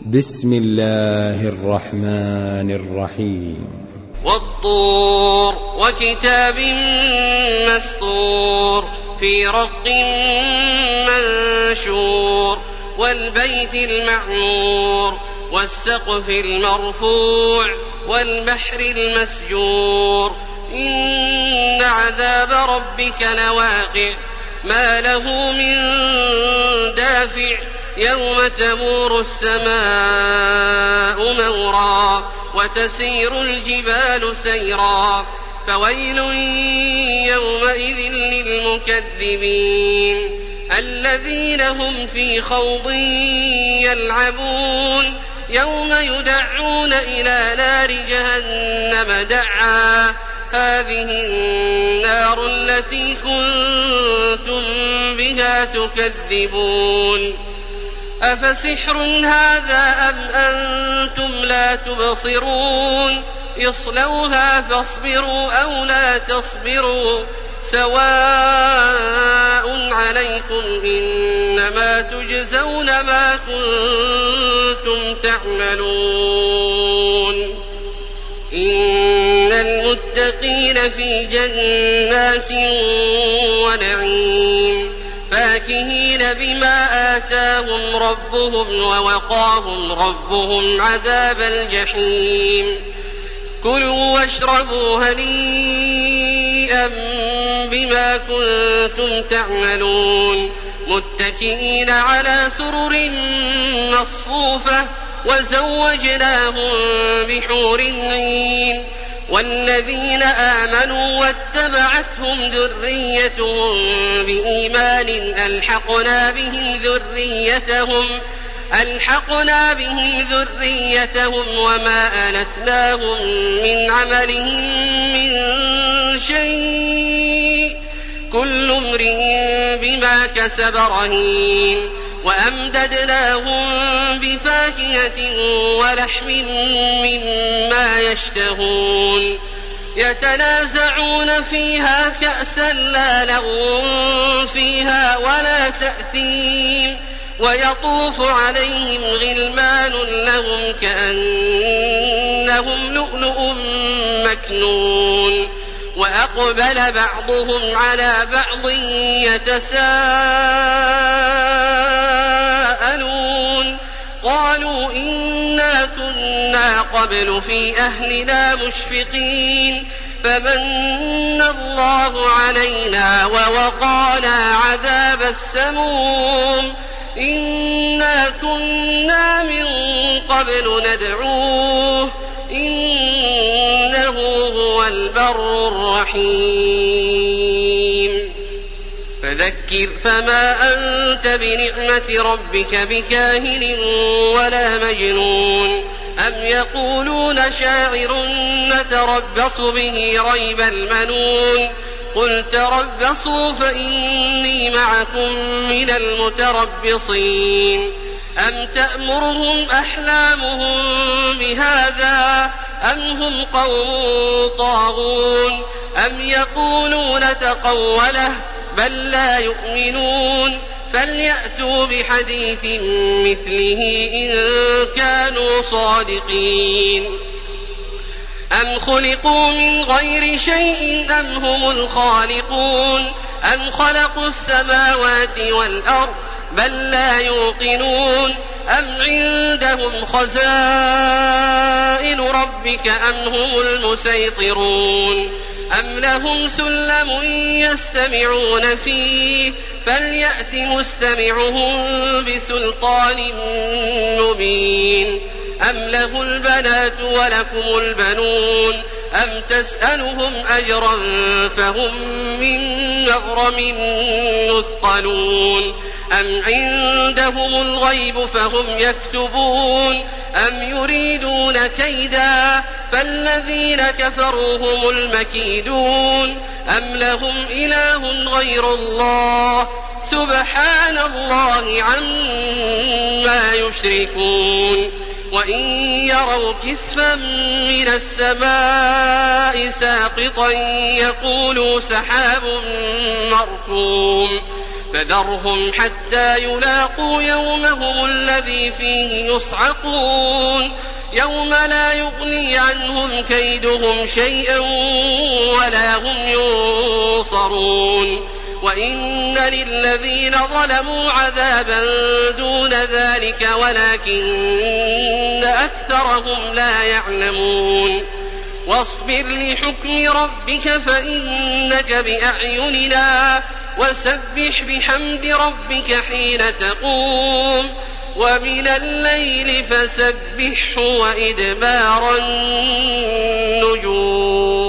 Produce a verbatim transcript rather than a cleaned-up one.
بسم الله الرحمن الرحيم. والطور وكتاب مسطور في رق منشور والبيت المعمور والسقف المرفوع والبحر المسجور إن عذاب ربك لواقع ما له من دافع يوم تمور السماء مورا وتسير الجبال سيرا فويل يومئذ للمكذبين الذين هم في خوض يلعبون يوم يدعون إلى نار جهنم دعا هذه النار التي كنتم بها تكذبون أفسحر هذا أم أنتم لا تبصرون اصلوها فاصبروا أو لا تصبروا سواء عليكم إنما تجزون ما كنتم تعملون إن المتقين في جنات ونعيم فاكهين بما آتاهم ربهم ووقاهم ربهم عذاب الجحيم كلوا واشربوا هنيئا بما كنتم تعملون متكئين على سرر مصفوفة وزوجناهم بحور عين والذين آمنوا واتبعتهم ذريتهم بإيمان ألحقنا بهم ذريتهم ألحقنا بهم ذريتهم وما ألتناهم من عملهم من شيء كل امرئ بما كسب رهين وأمددناهم بفاكهة ولحم مما يشتهون يتنازعون فيها كأسا لا لغو فيها ولا تأثيم ويطوف عليهم غلمان لهم كأنهم لؤلؤ مكنون وأقبل بعضهم على بعض يتساءلون قالوا إنا كنا قبل في أهلنا مشفقين فمن الله علينا ووقانا عذاب السموم إنا كنا من قبل ندعوه إنه هو البر الرحيم فذكر فما أنت بنعمة ربك بكاهن ولا مجنون أم يقولون شاعر نتربص به ريب المنون قل تربصوا فإني معكم من المتربصين أم تأمرهم أحلامهم بهذا أم هم قوم طاغون أم يقولون تقوله بل لا يؤمنون فليأتوا بحديث مثله إن كانوا صادقين أم خلقوا من غير شيء أم هم الخالقون أم خلقوا السماوات والأرض بل لا يوقنون أم عندهم خزائن ربك أم هم المسيطرون أم لهم سلم يستمعون فيه فليأت مستمعهم بسلطان مبين أم له البنات ولكم البنون أم تسألهم أجرا فهم من مغرم مثقلون أم عندهم الغيب فهم يكتبون أم يريدون كيدا فالذين كفروا هم المكيدون أم لهم إله غير الله سبحان الله عما يشركون وإن يروا كسفا من السماء ساقطا يقولوا سحاب مركوم فذرهم حتى يلاقوا يومهم الذي فيه يصعقون يوم لا يغني عنهم كيدهم شيئا ولا هم ينصرون وإن للذين ظلموا عذابا دون ذلك ولكن أكثرهم لا يعلمون واصبر لحكم ربك فإنك بأعيننا وسبح بحمد ربك حين تقوم ومن الليل فسبحه وإدبار النجوم.